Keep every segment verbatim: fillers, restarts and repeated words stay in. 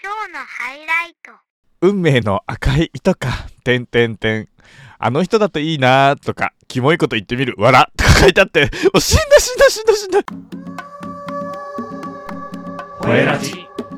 今日のハイライト。 運命の赤い糸か、てんてんてん。あの人だといいなとか、キモいこと言ってみる、わらとか書いてあって、もう死んだ死んだ死んだ死んだ。 ほえらじ。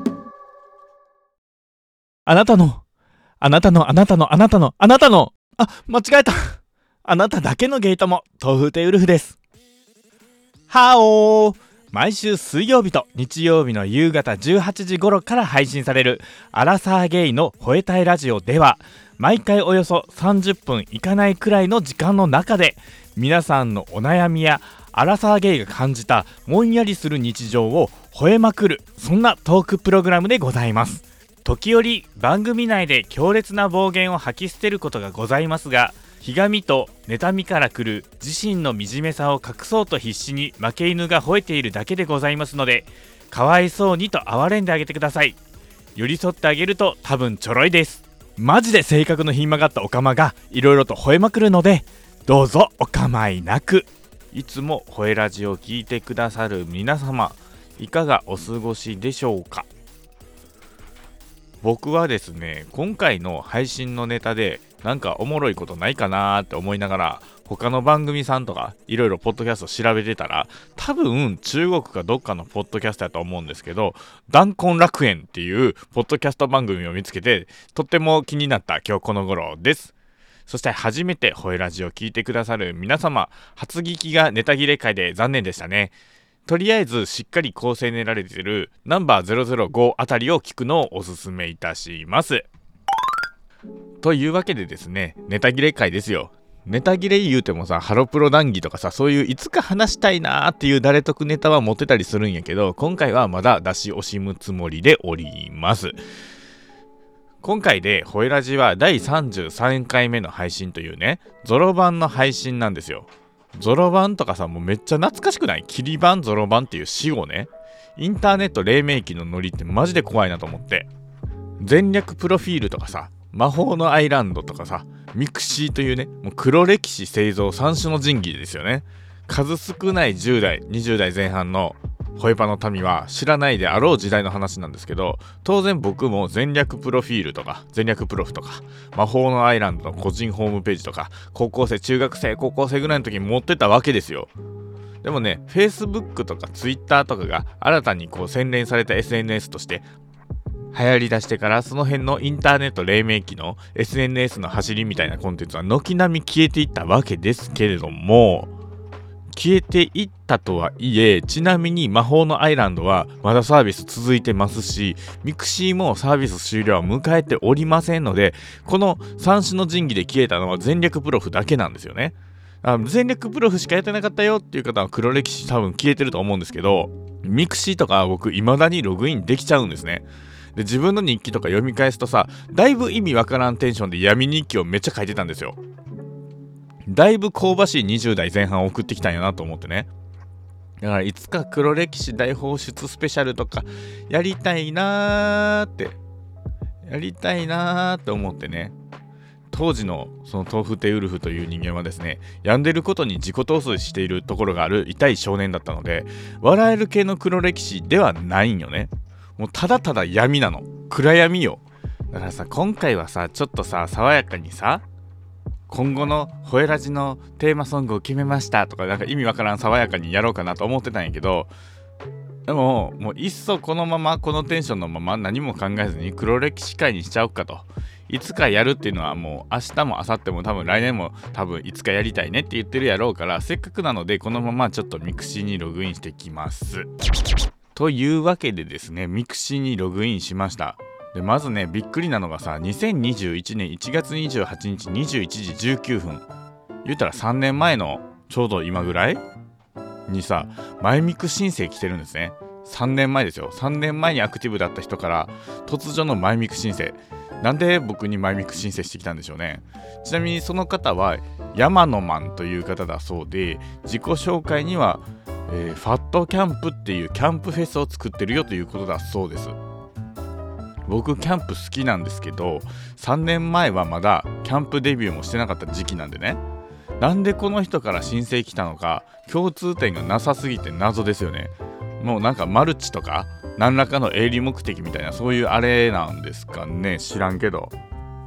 あなたの、あなたのあなたのあなたのあなたの、あ、間違えた。あなただけのゲートも、豆腐亭ウルフです。はおー。毎週水曜日と日曜日の夕方じゅうはちじ頃から配信されるアラサーゲイの吠えたいラジオでは、毎回およそさんじゅっぷんいかないくらいの時間の中で、皆さんのお悩みやアラサーゲイが感じたもんやりする日常を吠えまくる、そんなトークプログラムでございます。時折番組内で強烈な暴言を吐き捨てることがございますが、ひがみと妬みから来る自身の惨めさを隠そうと必死に負け犬が吠えているだけでございますので、かわいそうにと哀れんであげてください。寄り添ってあげると多分ちょろいです。マジで性格のひん曲がったオカマがいろいろと吠えまくるので、どうぞお構いなく。いつも吠えラジを聞いてくださる皆様、いかがお過ごしでしょうか。僕はですね、今回の配信のネタでなんかおもろいことないかなーって思いながら、他の番組さんとかいろいろポッドキャスト調べてたら、多分中国かどっかのポッドキャストだと思うんですけど、弾痕楽園っていうポッドキャスト番組を見つけて、とっても気になった今日この頃です。そして初めて吠えラジを聞いてくださる皆様、初聞きがネタ切れ会で残念でしたね。とりあえずしっかり構成練られているナンバーゼロゼロごあたりを聞くのをおすすめいたします。というわけでですね、ネタ切れ会ですよ。ネタ切れ言うてもさ、ハロプロ談義とかさ、そういういつか話したいなーっていう誰得ネタは持ってたりするんやけど、今回はまだ出し惜しむつもりでおります。今回で吠えラジはだいさんじゅうさんかいめの配信というね、ゾロ版の配信なんですよ。ゾロ版とかさ、もうめっちゃ懐かしくない？キリ版ゾロ版っていう死後ね、インターネット黎明期のノリってマジで怖いなと思って、全略プロフィールとかさ、魔法のアイランドとかさ、ミクシーというね、もう黒歴史製造三種の神器ですよね。数少ないじゅう代にじゅう代前半のホイパの民は知らないであろう時代の話なんですけど、当然僕も全略プロフィールとか全略プロフとか魔法のアイランドの個人ホームページとか、高校生中学生高校生ぐらいの時に持ってたわけですよ。でもね、 Facebook とか Twitter とかが新たにこう洗練された エスエヌエス として流行り出してから、その辺のインターネット黎明期の エスエヌエス の走りみたいなコンテンツは軒並み消えていったわけですけれども、消えていったとはいえ、ちなみに魔法のアイランドはまだサービス続いてますし、ミクシーもサービス終了は迎えておりませんので、この三種の神器で消えたのは全略プロフだけなんですよね。あ、全略プロフしかやってなかったよっていう方は黒歴史多分消えてると思うんですけど、ミクシーとかは僕未だにログインできちゃうんですね。で、自分の日記とか読み返すとさ、だいぶ意味わからんテンションで闇日記をめっちゃ書いてたんですよ。だいぶ香ばしいにじゅう代前半を送ってきたんやなと思ってね。だからいつか黒歴史大放出スペシャルとかやりたいなーってやりたいなーって思ってね、当時のその豆腐亭ウルフという人間はですね、病んでることに自己陶酔しているところがある痛い少年だったので、笑える系の黒歴史ではないんよね。もうただただ闇なの、暗闇よ。だからさ、今回はさ、ちょっとさ、爽やかにさ、今後の吠えラジのテーマソングを決めましたとか、なんか意味わからん爽やかにやろうかなと思ってたんやけど、でももういっそこのままこのテンションのまま何も考えずに黒歴史会にしちゃおうかと。いつかやるっていうのはもう明日も明後日も多分来年も多分いつかやりたいねって言ってるやろうから、せっかくなのでこのままちょっとミクシーにログインしてきます。というわけでですね、ミクシーにログインしました。でまずね、びっくりなのがさ、にせんにじゅういちねんいちがつにじゅうはちにちにじゅういちじじゅうきゅうふん、言うたらさんねんまえのちょうど今ぐらいにさ、マイミク申請来てるんですね。さんねんまえですよ。さんねんまえにアクティブだった人から突如のマイミク申請。なんで僕にマイミク申請してきたんでしょうね。ちなみにその方は山野マンという方だそうで、自己紹介には、えー、ファットキャンプっていうキャンプフェスを作ってるよということだそうです。僕キャンプ好きなんですけど、さんねんまえはまだキャンプデビューもしてなかった時期なんでね、なんでこの人から申請来たのか共通点がなさすぎて謎ですよね。もうなんかマルチとか何らかの営利目的みたいな、そういうあれなんですかね、知らんけど。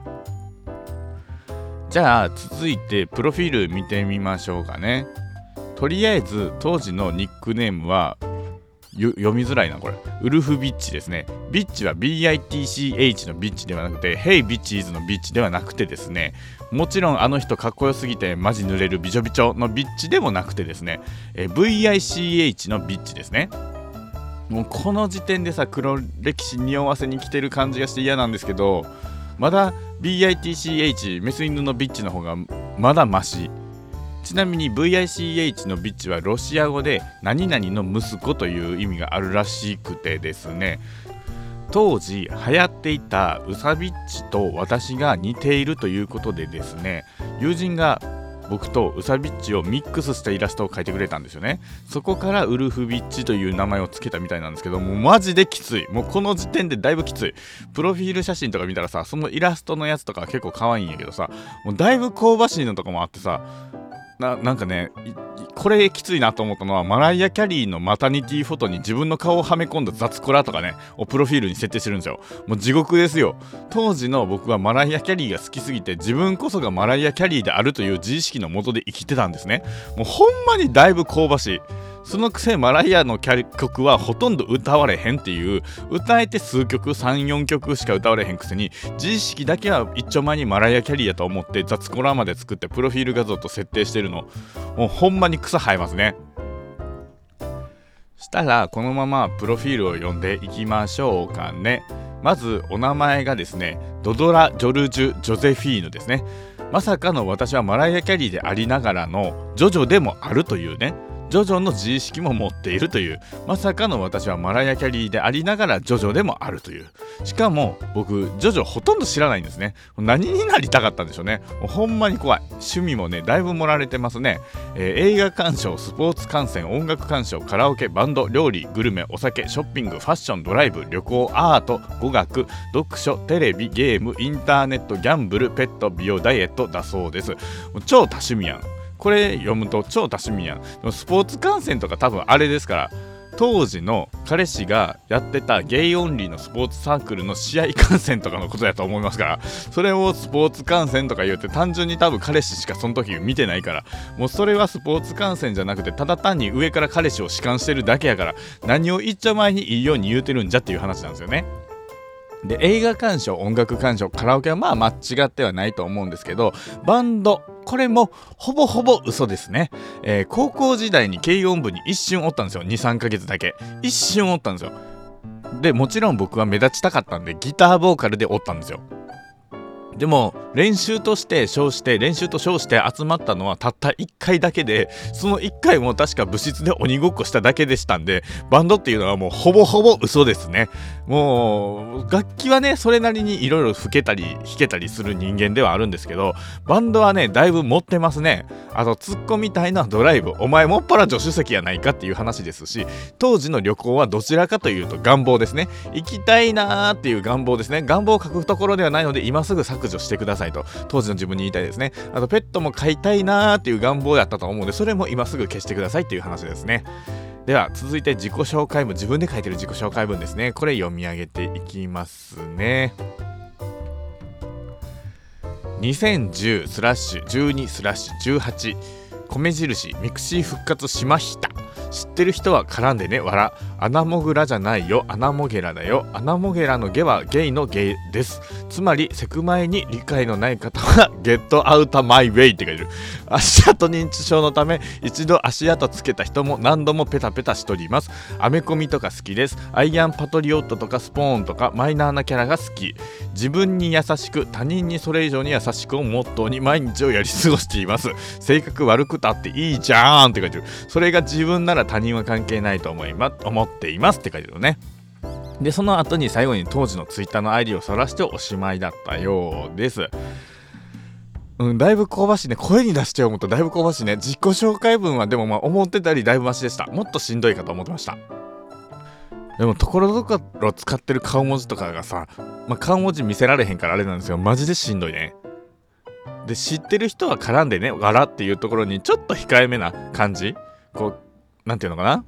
じゃあ続いてプロフィール見てみましょうかね。とりあえず当時のニックネームは読みづらいなこれ、ウルフビッチですね。ビッチは ビーアイティーシーエイチ のビッチではなくて、ヘイビッチーズのビッチではなくてですね、もちろんあの人かっこよすぎてマジ濡れるビチョビチョのビッチでもなくてですね、え ブイアイシーエイチ のビッチですね。もうこの時点でさ、黒歴史匂わせに来てる感じがして嫌なんですけど、まだ ビーアイティーシーエイチ メス犬のビッチの方がまだマシ。ちなみに ブイアイシーエイチ のビッチはロシア語で何々の息子という意味があるらしくてですね、当時流行っていたウサビッチと私が似ているということでですね、友人が僕とウサビッチをミックスしたイラストを描いてくれたんですよね。そこからウルフビッチという名前をつけたみたいなんですけど、もうマジできつい。もうこの時点でだいぶきつい。プロフィール写真とか見たらさ、そのイラストのやつとか結構可愛いんやけどさ、もうだいぶ香ばしいのとかもあってさ、な, なんかね、これきついなと思ったのは、マライア・キャリーのマタニティフォトに自分の顔をはめ込んだ雑コラとかねをプロフィールに設定してるんですよ。もう地獄ですよ。当時の僕はマライア・キャリーが好きすぎて、自分こそがマライア・キャリーであるという自意識のもとで生きてたんですね。もうほんまにだいぶ香ばしい。そのくせマライアの曲はほとんど歌われへんっていう、歌えて数曲 さん,よん 曲しか歌われへんくせに、自意識だけは一丁前にマライア・キャリーやと思って雑コラまで作ってプロフィール画像と設定してるの、もうほんまに草生えますね。したらこのままプロフィールを読んでいきましょうかね。まずお名前がですね、ドドラ・ジョルジュ・ジョゼフィーヌですね。まさかの私はマライア・キャリーでありながらのジョジョでもあるというね、ジョジョの自意識も持っているという、まさかの私はマライア・キャリーでありながらジョジョでもあるという。しかも僕ジョジョほとんど知らないんですね。何になりたかったんでしょうね。もうほんまに怖い。趣味もねだいぶ盛られてますね。えー、映画鑑賞、スポーツ観戦、音楽鑑賞、カラオケ、バンド、料理、グルメ、お酒、ショッピング、ファッション、ドライブ、旅行、アート、語学、読書、テレビ、ゲーム、インターネット、ギャンブル、ペット、美容、ダイエットだそうです。もう超多趣味やん。これ読むと超多趣味やん。スポーツ観戦とか多分あれですから、当時の彼氏がやってたゲイオンリーのスポーツサークルの試合観戦とかのことやと思いますから、それをスポーツ観戦とか言って単純に多分彼氏しかその時見てないから、もうそれはスポーツ観戦じゃなくてただ単に上から彼氏を弛緩してるだけやから、何を一丁前にいいように言うてるんじゃっていう話なんですよね。で、映画鑑賞、音楽鑑賞、カラオケはまあ間違ってはないと思うんですけど、バンド、これもほぼほぼ嘘ですね。えー、高校時代に軽音部に一瞬おったんですよ。にさんかげつだけ一瞬おったんですよ。でもちろん僕は目立ちたかったんでギターボーカルでおったんですよ。でも練習として称して練習と称して集まったのはたったいっかいだけで、そのいっかいも確か部室で鬼ごっこしただけでしたんで、バンドっていうのはもうほぼほぼ嘘ですね。もう楽器はねそれなりにいろいろ吹けたり弾けたりする人間ではあるんですけど、バンドはねだいぶ持ってますね。あとツッコみたいなドライブ、お前もっぱら助手席やないかっていう話ですし、当時の旅行はどちらかというと願望ですね。行きたいなーっていう願望ですね。願望を書くところではないので今すぐ削除してくださいと当時の自分に言いたいですね。あとペットも飼いたいなーっていう願望やったと思うので、それも今すぐ消してくださいっていう話ですね。では続いて自己紹介文、自分で書いてる自己紹介文ですね。これ読み上げていきますね。にせんじゅうスラッシュじゅうにスラッシュじゅうはち米印ミクシー復活しました。知ってる人は絡んでね、わら。アナモグラじゃないよ、アナモゲラだよ。アナモゲラのゲはゲイのゲイです。つまりセクマイに理解のない方はゲットアウトマイウェイって書いてる。足跡認知症のため一度足跡つけた人も何度もペタペタしとります。アメコミとか好きです。アイアンパトリオットとかスポーンとかマイナーなキャラが好き。自分に優しく他人にそれ以上に優しくをモットーに毎日をやり過ごしています。性格悪くたっていいじゃーんって書いてる。それが自分なら他人は関係ないと思いま思っていますって書いてるね。でその後に最後に当時のツイッターの アイディー を晒しておしまいだったようです。うん、だいぶ香ばしいね。声に出して思うとだいぶ香ばしいね。自己紹介文はでもまあ思ってたよりだいぶマシでした。もっとしんどいかと思ってました。でもところどころ使ってる顔文字とかがさ、まあ、顔文字見せられへんからあれなんですよ。マジでしんどいね。で知ってる人は絡んでね、わらっていうところにちょっと控えめな感じ、こうなんていうのかな、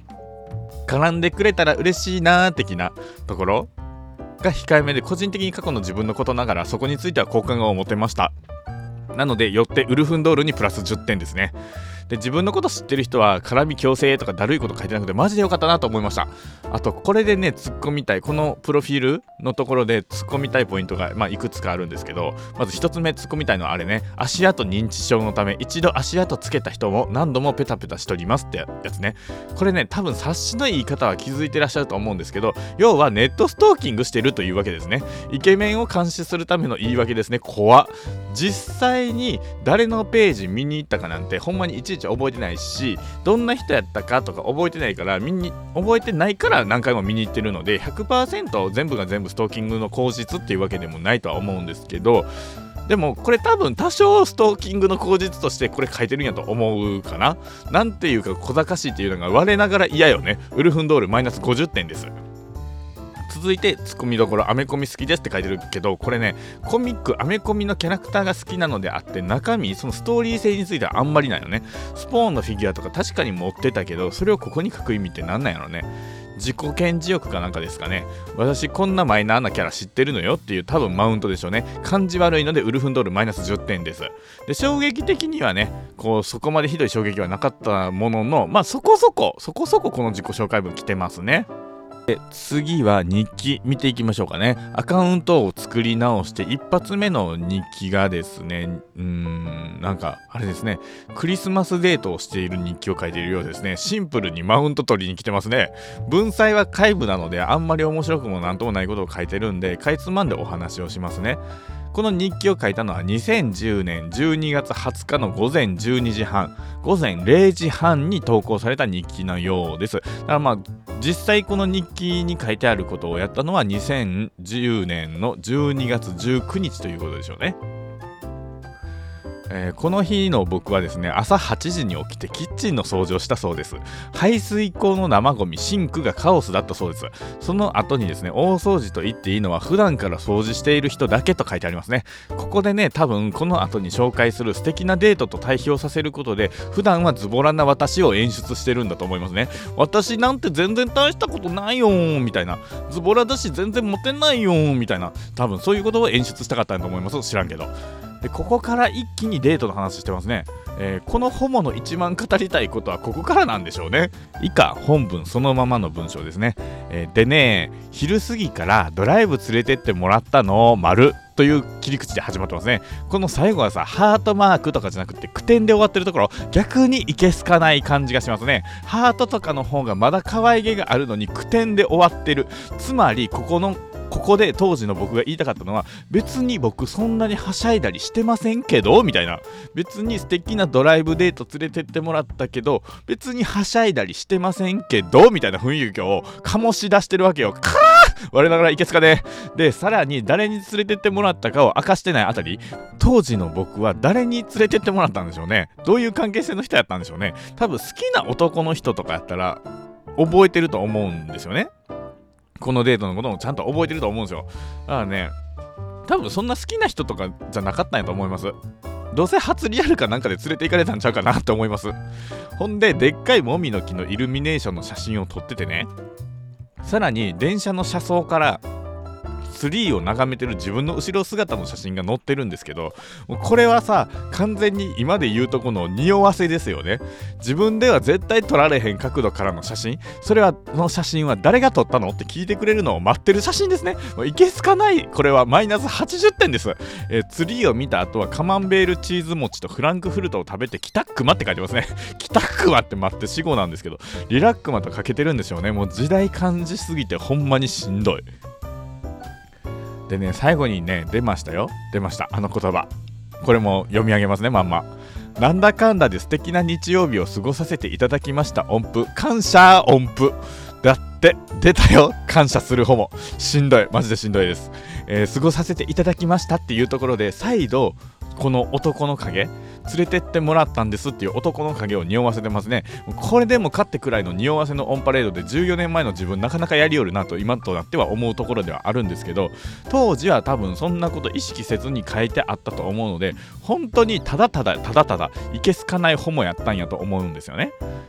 絡んでくれたら嬉しいな的なところが控えめで、個人的に過去の自分のことながらそこについては好感が持てました。なのでよってウルフンドールにプラスじゅってんですね。で自分のこと知ってる人は絡み強制とかだるいこと書いてなくてマジでよかったなと思いました。あとこれでね突っ込みたい、このプロフィールのところで突っ込みたいポイントが、まあ、いくつかあるんですけど、まずひとつめ突っ込みたいのはあれね、足跡認知症のため一度足跡つけた人も何度もペタペタしておりますってやつね。これね多分察しの言い方は気づいてらっしゃると思うんですけど、要はネットストーキングしてるというわけですね。イケメンを監視するための言い訳ですね。怖っ。実際に誰のページ見に行ったかなんてほんまにいちいち覚えてないし、どんな人やったかとか覚えてないから、見に覚えてないから何回も見に行ってるので ひゃくパーセント 全部が全部ストーキングの口実っていうわけでもないとは思うんですけど、でもこれ多分多少ストーキングの口実としてこれ書いてるんやと思うかな。なんていうか小賢しいっていうのが我ながら嫌よね。ウルフンドールマイナスごじゅってんです。続いてツッコミどころ、アメコミ好きですって書いてるけど、これねコミックアメコミのキャラクターが好きなのであって、中身そのストーリー性についてはあんまりないよね。スポーンのフィギュアとか確かに持ってたけど、それをここに書く意味ってなんなんやろね。自己顕示欲かなんかですかね。私こんなマイナーなキャラ知ってるのよっていう多分マウントでしょうね。感じ悪いのでウルフンドールマイナスじゅってんです。で衝撃的にはねこうそこまでひどい衝撃はなかったものの、まあそこそこそこそここの自己紹介文来てますね。で次は日記見ていきましょうかね。アカウントを作り直して一発目の日記がですね、うーんなんかあれですね、クリスマスデートをしている日記を書いているようですね。シンプルにマウント取りに来てますね。文才は皆無なのであんまり面白くもなんともないことを書いてるんで、かいつまんでお話をしますね。この日記を書いたのはにせんじゅうねんじゅうにがつはつかのごぜんじゅうにじはん、ごぜんれいじはんに投稿された日記のようです。だからまあ実際この日記に書いてあることをやったのはにせんじゅうねんのじゅうにがつじゅうくにちということでしょうね。えー、この日の僕はですね朝はちじに起きてキッチンの掃除をしたそうです。排水口の生ゴミシンクがカオスだったそうです。その後にですね大掃除と言っていいのは普段から掃除している人だけと書いてありますね。ここでね多分この後に紹介する素敵なデートと対比をさせることで普段はズボラな私を演出してるんだと思いますね。私なんて全然大したことないよーみたいな、ズボラだし全然モテないよーみたいな、多分そういうことを演出したかったんだと思います。知らんけど。でここから一気にデートの話してますね。えー、このホモの一番語りたいことはここからなんでしょうね。以下本文そのままの文章ですね。えー、でね昼過ぎからドライブ連れてってもらったの丸という切り口で始まってますね。この最後はさハートマークとかじゃなくて句点で終わってるところ、逆にいけすかない感じがしますね。ハートとかの方がまだ可愛げがあるのに句点で終わってる。つまりここのここで当時の僕が言いたかったのは、別に僕そんなにはしゃいだりしてませんけどみたいな、別に素敵なドライブデート連れてってもらったけど別にはしゃいだりしてませんけどみたいな雰囲気を醸し出してるわけよ。かー我ながらいけすかね。でさらに誰に連れてってもらったかを明かしてないあたり、当時の僕は誰に連れてってもらったんでしょうね。どういう関係性の人やったんでしょうね。多分好きな男の人とかやったら覚えてると思うんですよね。このデートのこともちゃんと覚えてると思うんですよ。だからね多分そんな好きな人とかじゃなかったんやと思います。どうせ初リアルかなんかで連れて行かれたんちゃうかなって思います。ほんででっかいもみの木のイルミネーションの写真を撮っててね、さらに電車の車窓からツリーを眺めてる自分の後ろ姿の写真が載ってるんですけど、もうこれはさ完全に今で言うとこの匂わせですよね。自分では絶対撮られへん角度からの写真、それはこの写真は誰が撮ったのって聞いてくれるのを待ってる写真ですね。もういけすかない。これはマイナスはちじゅってんです。えー、ツリーを見た後はカマンベールチーズ餅とフランクフルトを食べてキタックマって書いてますね。キタックマって待って死語なんですけど、リラックマとかけてるんでしょうね。もう時代感じすぎてほんまにしんどい。でね最後にね出ましたよ出ましたあの言葉。これも読み上げますね。まんまなんだかんだで素敵な日曜日を過ごさせていただきました音符、感謝音符だって出たよ。感謝する方もしんどい、マジでしんどいです。えー、過ごさせていただきましたっていうところで再度この男の影、連れてってもらったんですっていう男の影を匂わせてますね。これでもかってくらいの匂わせのオンパレードでじゅうよねんまえの自分なかなかやりよるなと今となっては思うところではあるんですけど、当時は多分そんなこと意識せずに書いてあったと思うので、本当にただただただただいけすかないホモやったんやと思うんですよね。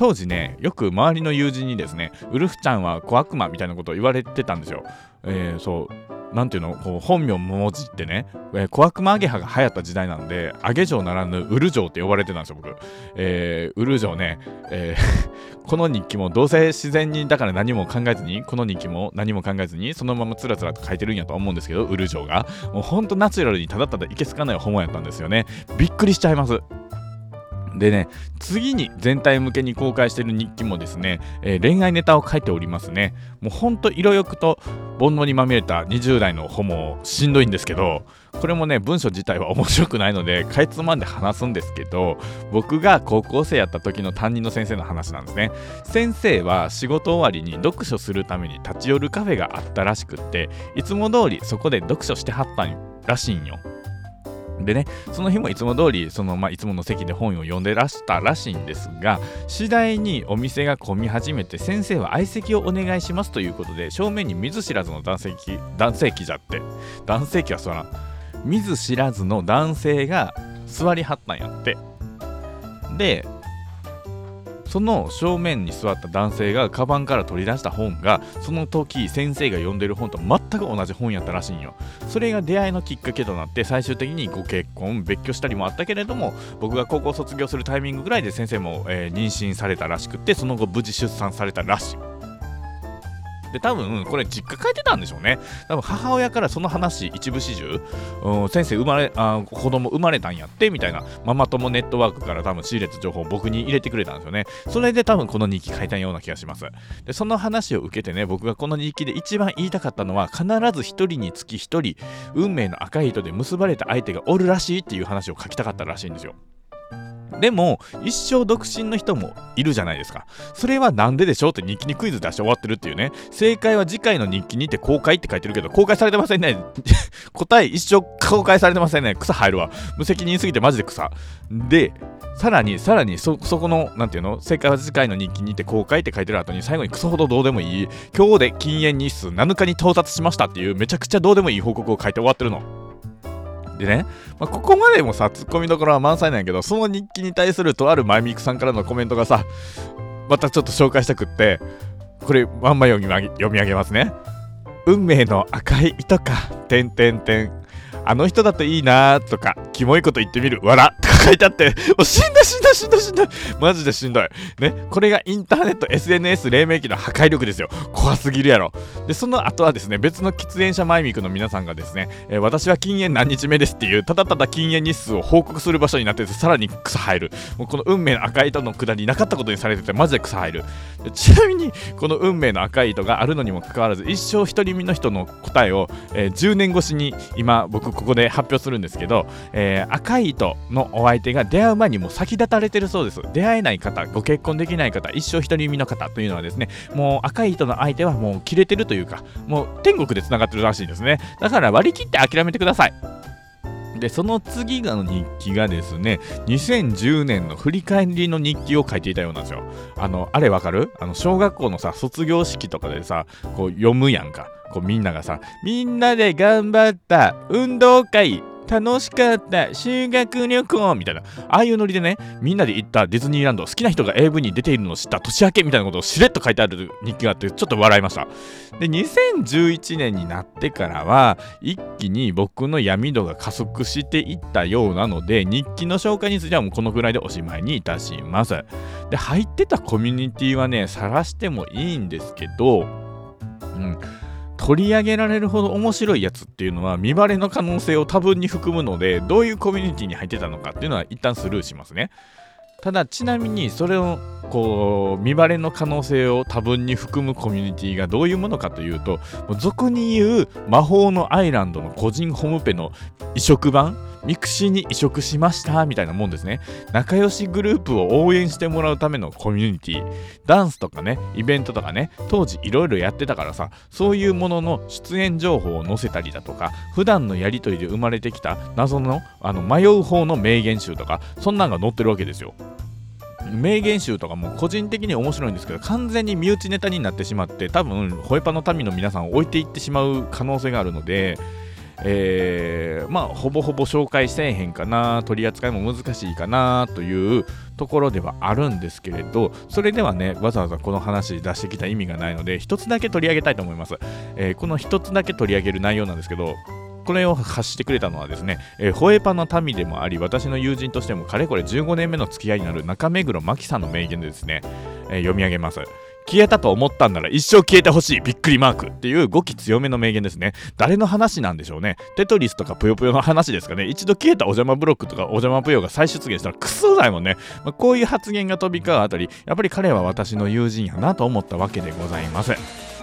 当時ねよく周りの友人にですね、ウルフちゃんは小悪魔みたいなことを言われてたんですよ。えー、そうなんていうの、こう本名もじってね、えー、小悪魔アゲハが流行った時代なんで、アゲ城ならぬウル城って呼ばれてたんですよ僕。えー、ウル城ね、えー、この日記もどうせ自然にだから何も考えずに、この日記も何も考えずにそのままつらつらと書いてるんやと思うんですけど、ウル城がもうほんとナチュラルにただただいけすかないホモやったんですよね。びっくりしちゃいます。でね、次に全体向けに公開している日記もですね、えー、恋愛ネタを書いておりますね。もうほんと色欲と煩悩にまみれたにじゅう代のホモしんどいんですけど、これもね文章自体は面白くないのでかいつまんで話すんですけど、僕が高校生やった時の担任の先生の話なんですね。先生は仕事終わりに読書するために立ち寄るカフェがあったらしくって、いつも通りそこで読書してはったんらしいんよ。でね、その日もいつも通りその、まあ、いつもの席で本を読んでらしたらしいんですが、次第にお店が混み始めて、先生は相席をお願いしますということで、正面に見ず知らずの男性器男性器じゃって男性器は座らん見ず知らずの男性が座りはったんやって。でその正面に座った男性がカバンから取り出した本が、その時先生が読んでる本と全く同じ本やったらしいんよ。それが出会いのきっかけとなって、最終的にご結婚別居したりもあったけれども、僕が高校卒業するタイミングぐらいで先生も、えー、妊娠されたらしくて、その後無事出産されたらしい。で多分これ実家帰ってたんでしょうね。多分母親からその話一部始終、うん、先生生まれあ子供生まれたんやってみたいな、ママ友ネットワークから多分仕入れた情報を僕に入れてくれたんですよね。それで多分この日記書いたような気がします。でその話を受けてね、僕がこの日記で一番言いたかったのは、必ず一人につき一人運命の赤い糸で結ばれた相手がおるらしいっていう話を書きたかったらしいんですよ。でも一生独身の人もいるじゃないですか。それはなんででしょうって日記にクイズ出して終わってるっていうね。正解は次回の日記にて公開って書いてるけど、公開されてませんね答え一生公開されてませんね。草入るわ、無責任すぎてマジで草で、さらにさらに そ, そこのなんていうの、正解は次回の日記にて公開って書いてる後に最後にクソほどどうでもいい、今日で禁煙日数なのかに到達しましたっていうめちゃくちゃどうでもいい報告を書いて終わってるのでね、まあ、ここまでもさツッコミどころは満載なんやけど、その日記に対するとあるマイミクさんからのコメントがさ、またちょっと紹介したくって、これまんま読み上げ、読み上げますね。運命の赤い糸か、てんてんてん、あの人だといいなーとか、キモいこと言ってみる、わらとか書いてあって、もうしんどいしんどいしんどいしんどい、マジでしんどいね。これがインターネット エスエヌエス 黎明期の破壊力ですよ。怖すぎるやろ。でその後はですね、別の喫煙者マイミクの皆さんがですね、えー、私は禁煙何日目ですっていう、ただただ禁煙日数を報告する場所になってて、さらに草生える。もうこの運命の赤い糸のくだりなかったことにされてて、マジで草生える。でちなみにこの運命の赤い糸があるのにもかかわらず、一生一人身の人の答えを、えー、じゅうねん越しに今僕ここで発表するんですけど、えー、赤い糸のお相手が出会う前にもう先立たれてるそうです。出会えない方、ご結婚できない方、一生一人身の方というのはですね、もう赤い糸の相手はもう切れてるというか、もう天国でつながってるらしいんですね。だから割り切って諦めてください。でその次の日記がですね、にせんじゅうねんの振り返りの日記を書いていたようなんですよ。あのあれわかる？あの小学校のさ卒業式とかでさ、こう読むやんか。こうみんながさ、みんなで頑張った運動会楽しかった修学旅行みたいな、ああいうノリでね、みんなで行ったディズニーランド、好きな人が エーブイ に出ているのを知った年明けみたいなことをしれっと書いてある日記があって、ちょっと笑いました。でにせんじゅういちねんになってからは一気に僕の闇度が加速していったようなので、日記の紹介についてはもうこのぐらいでおしまいにいたします。で入ってたコミュニティはね、晒してもいいんですけど、うん取り上げられるほど面白いやつっていうのは見バレの可能性を多分に含むので、どういうコミュニティに入ってたのかっていうのは一旦スルーしますね。ただちなみにそれをこう見バレの可能性を多分に含むコミュニティがどういうものかというと、俗に言う魔法のアイランドの個人ホームペの移植版、ミクシーに移植しましたみたいなもんですね。仲良しグループを応援してもらうためのコミュニティ、ダンスとかね、イベントとかね、当時いろいろやってたからさ、そういうものの出演情報を載せたりだとか、普段のやりとりで生まれてきた謎のあの迷う方の名言集とか、そんなんが載ってるわけですよ。名言集とかも個人的に面白いんですけど、完全に身内ネタになってしまって、多分ホイパの民の皆さんを置いていってしまう可能性があるので、 えー、まあほぼほぼ紹介せえへんかな、取り扱いも難しいかなというところではあるんですけれど、それではねわざわざこの話出してきた意味がないので一つだけ取り上げたいと思います。えー、この一つだけ取り上げる内容なんですけど、これを発してくれたのはですね、えー、ホエパの民でもあり私の友人としてもかれこれじゅうごねんめの付き合いになる中目黒真紀さんの名言でですね、えー、読み上げます。消えたと思ったんなら一生消えてほしいびっくりマークっていう語気強めの名言ですね。誰の話なんでしょうね。テトリスとかぷよぷよの話ですかね。一度消えたお邪魔ブロックとかお邪魔ぷよが再出現したらクソだいもんね。まあ、こういう発言が飛び交うあたり、やっぱり彼は私の友人やなと思ったわけでございます。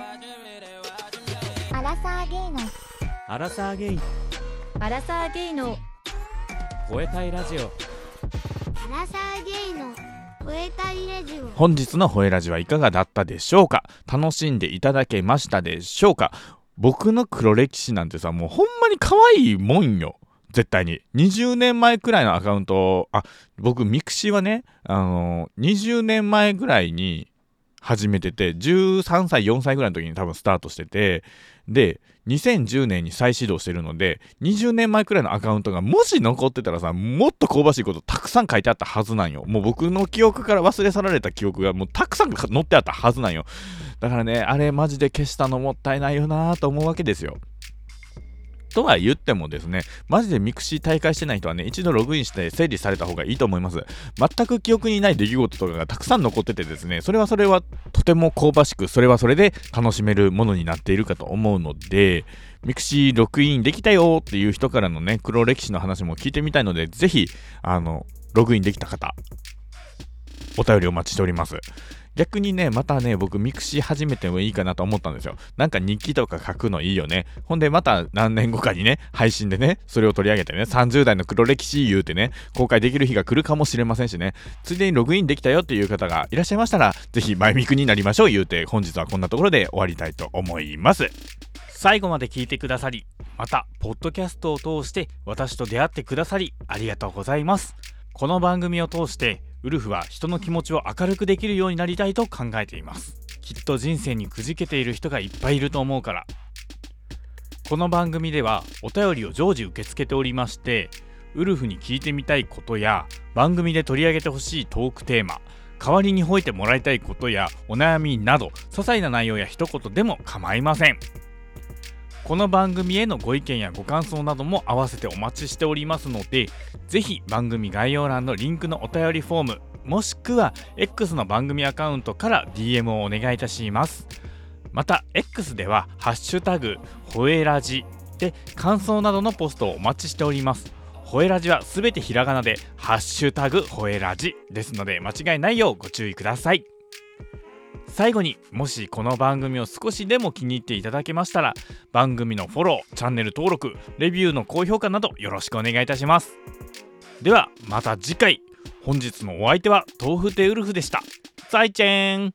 アラサーゲイのアラサーゲイアラサーゲイの吠えたいラジオ。 アラサーゲイの吠えたいラジオ。 本日の吠えラジはいかがだったでしょうか。楽しんでいただけましたでしょうか。僕の黒歴史なんてさ、もうほんまに可愛いもんよ。絶対ににじゅうねんまえくらいのアカウント、あ、僕ミクシーはね、あのー、にじゅうねんまえぐらいに始めてて、じゅうさんさいよんさいぐらいの時に多分スタートしてて、でにせんじゅうねんに再始動してるので、にじゅうねんまえくらいのアカウントがもし残ってたらさ、もっと香ばしいことたくさん書いてあったはずなんよ。もう僕の記憶から忘れ去られた記憶がもうたくさん載ってあったはずなんよ。だからね、あれマジで消したのもったいないよなと思うわけですよ。とは言ってもですね、マジでミクシー大会してない人はね、一度ログインして整理された方がいいと思います。全く記憶にない出来事とかがたくさん残っててですね、それはそれはとても香ばしく、それはそれで楽しめるものになっているかと思うので、ミクシーログインできたよっていう人からのね、黒歴史の話も聞いてみたいので、ぜひあのログインできた方、お便りお待ちしております。逆にね、またね、僕ミクシー始めてもいいかなと思ったんですよ。なんか日記とか書くのいいよね。ほんでまた何年後かにね、配信でね、それを取り上げてね、さんじゅう代の黒歴史言うてね、公開できる日が来るかもしれませんしね、ついでにログインできたよっていう方がいらっしゃいましたら、ぜひ前ミクになりましょう言うて、本日はこんなところで終わりたいと思います。 最後まで聞いてくださり、またポッドキャストを通して私と出会ってくださりありがとうございます。この番組を通してウルフは人の気持ちを明るくできるようになりたいと考えています。きっと人生にくじけている人がいっぱいいると思うから。この番組ではお便りを常時受け付けておりまして、ウルフに聞いてみたいことや番組で取り上げてほしいトークテーマ、代わりに吠えてもらいたいことやお悩みなど、些細な内容や一言でも構いません。この番組へのご意見やご感想なども合わせてお待ちしておりますので、ぜひ番組概要欄のリンクのお便りフォーム、もしくは X の番組アカウントから ディーエム をお願いいたします。また X ではハッシュタグほえラジで感想などのポストをお待ちしております。ほえラジはすべてひらがなでハッシュタグほえラジですので、間違いないようご注意ください。最後に、もしこの番組を少しでも気に入っていただけましたら、番組のフォロー、チャンネル登録、レビューの高評価などよろしくお願いいたします。ではまた次回。本日のお相手は豆腐テウルフでした。再见。